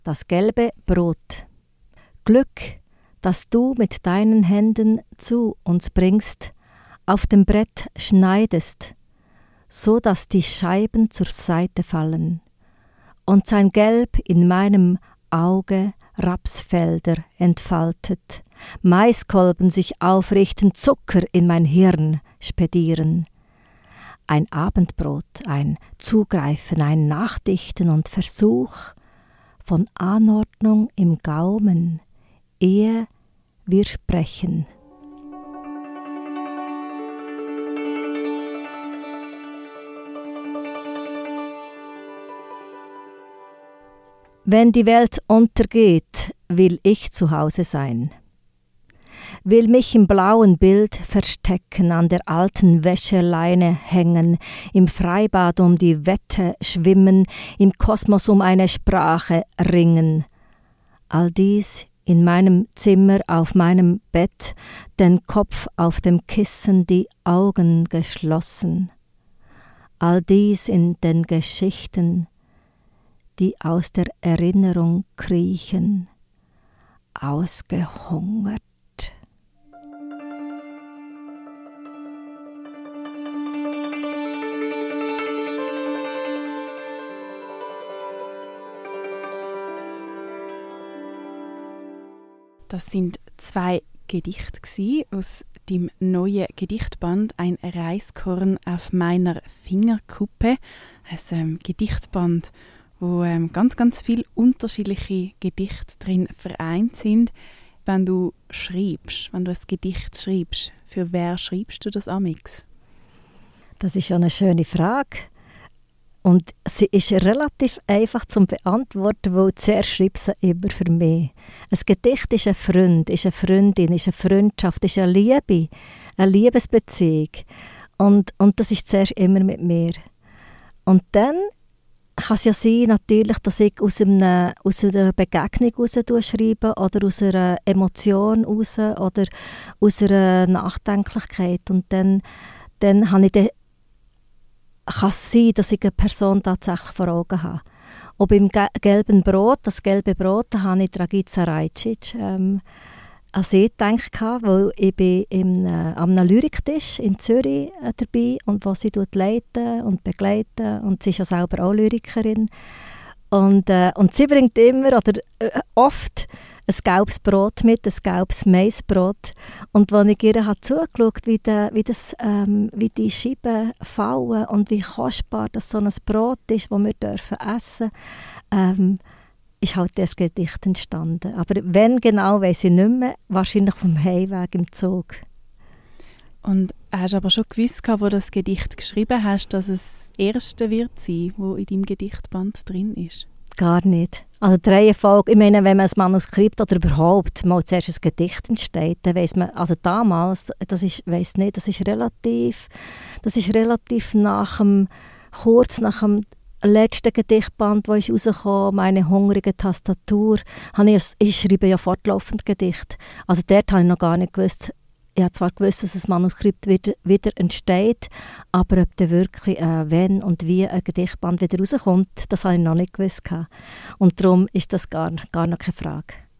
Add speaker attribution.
Speaker 1: Das gelbe Brot. Glück, das du mit deinen Händen zu uns bringst, auf dem Brett schneidest, so dass die Scheiben zur Seite fallen und sein Gelb in meinem Auge Rapsfelder entfaltet, Maiskolben sich aufrichten, Zucker in mein Hirn spedieren. Ein Abendbrot, ein Zugreifen, ein Nachdichten und Versuch von Anordnung im Gaumen, ehe wir sprechen. Wenn die Welt untergeht, will ich zu Hause sein. Will mich im blauen Bild verstecken, an der alten Wäscheleine hängen, im Freibad um die Wette schwimmen, im Kosmos um eine Sprache ringen. All dies in meinem Zimmer auf meinem Bett, den Kopf auf dem Kissen, die Augen geschlossen. All dies in den Geschichten, die aus der Erinnerung kriechen, ausgehungert.
Speaker 2: Das sind 2 Gedichte aus dem neuen Gedichtband «Ein Reiskorn auf meiner Fingerkuppe». Ein Gedichtband, wo ganz, ganz viele unterschiedliche Gedichte drin vereint sind. Wenn du schreibst, wenn du ein Gedicht schreibst, für wer schreibst du das amix?
Speaker 1: Das ist eine schöne Frage. Und sie ist relativ einfach zu beantworten, weil zuerst schreibe ich sie immer für mich. Ein Gedicht ist ein Freund, ist eine Freundin, ist eine Freundschaft, ist eine Liebe, eine Liebesbeziehung. Und das ist zuerst immer mit mir. Und dann kann es ja sein, natürlich, dass ich aus einer Begegnung heraus schreibe oder aus einer Emotion heraus oder aus einer Nachdenklichkeit. Und dann habe ich kann es sein, dass ich eine Person tatsächlich vor Augen habe. Und beim gelben Brot, das gelbe Brot, da habe ich Dragica Rajcic an sie gedacht, weil ich bin am Lyriktisch in Zürich dabei und wo sie leiten und begleiten und sie ist ja selber auch Lyrikerin. Und sie bringt immer oder oft ein gelbes Brot mit, ein gelbes Maisbrot. Und als ich ihr zugeschaut habe, wie die Scheiben fallen und wie kostbar das so ein Brot ist, das wir essen dürfen, ist halt das Gedicht entstanden. Aber wenn genau, weiss ich nicht mehr, wahrscheinlich vom Heimweg im Zug.
Speaker 2: Und hast du aber schon gewusst, wo du das Gedicht geschrieben hast, dass es das erste wird sein, das in deinem Gedichtband drin ist?
Speaker 1: Gar nicht. Also die Reihenfolge, ich meine, wenn man ein Manuskript oder überhaupt mal zuerst ein Gedicht entsteht, dann weiss man, also damals, das ist relativ kurz nach dem letzten Gedichtband, das rausgekommen, «Meine hungrige Tastatur», ich schreibe ja fortlaufend Gedichte. Also dort habe ich noch gar nicht gewusst, ich habe zwar gewusst, dass ein Manuskript wieder entsteht, aber ob dann wirklich wenn und wie ein Gedichtband wieder rauskommt, das habe ich noch nicht gewusst. Und darum ist das gar noch keine Frage.